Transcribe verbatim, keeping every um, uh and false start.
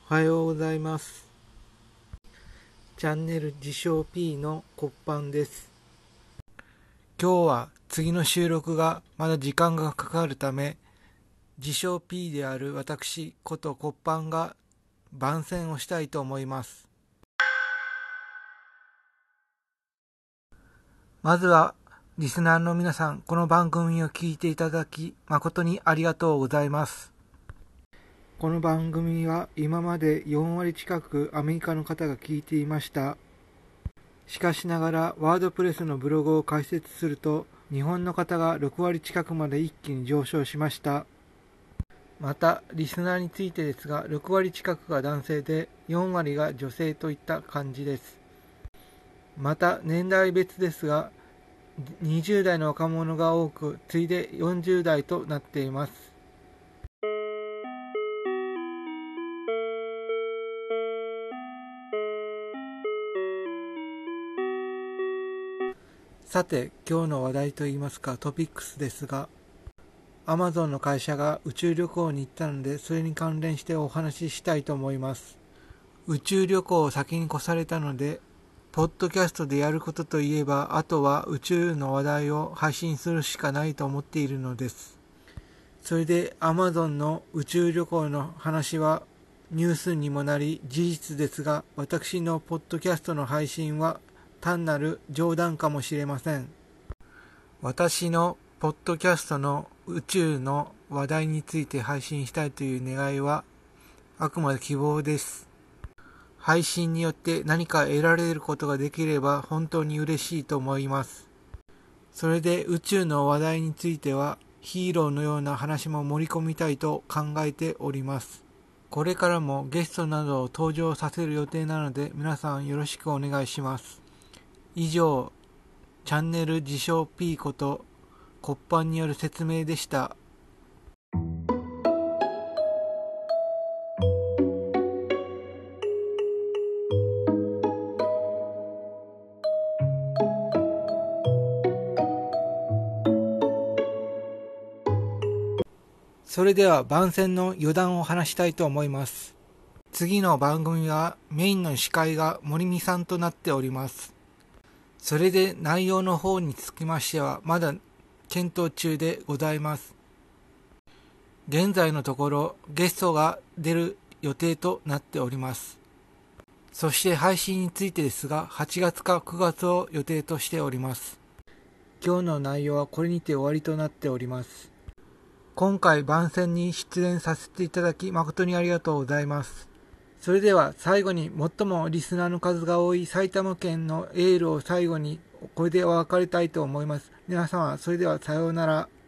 おはようございます。チャンネル自称 P のこっぱんです。今日は次の収録がまだ時間がかかるため、自称 P である私ことこっぱんが番宣をしたいと思います。まずはリスナーの皆さん、この番組を聞いていただき誠にありがとうございます。この番組は今までよんわり近くアメリカの方が聞いていました。しかしながらワードプレスのブログを開設すると日本の方がろくわり近くまで一気に上昇しました。またリスナーについてですが、ろくわり近くが男性でよんわりが女性といった感じです。また年代別ですがにじゅうだいの若者が多く、次いでよんじゅうだいとなっています。さて、今日の話題といいますかトピックスですが、アマゾンの会社が宇宙旅行に行ったので、それに関連してお話ししたいと思います。宇宙旅行を先に越されたので、ポッドキャストでやることといえば、あとは宇宙の話題を配信するしかないと思っているのです。それでアマゾンの宇宙旅行の話はニュースにもなり事実ですが、私のポッドキャストの配信は単なる冗談かもしれません。私のポッドキャストの宇宙の話題について配信したいという願いはあくまで希望です。配信によって何か得られることができれば本当に嬉しいと思います。それで宇宙の話題についてはヒーローのような話も盛り込みたいと考えております。これからもゲストなどを登場させる予定なので皆さんよろしくお願いします。以上、チャンネル自称 P ことこっぱんによる説明でした。それでは番宣の余談を話したいと思います。次の番組はメインの司会が森美さんとなっております。それで内容の方につきましてはまだ検討中でございます。現在のところゲストが出る予定となっております。そして配信についてですがはちがつかくがつを予定としております。今日の内容はこれにて終わりとなっております。今回番宣に出演させていただき誠にありがとうございます。それでは最後に最もリスナーの数が多い埼玉県のエールを最後にこれでお別れたいと思います。皆様それではさようなら。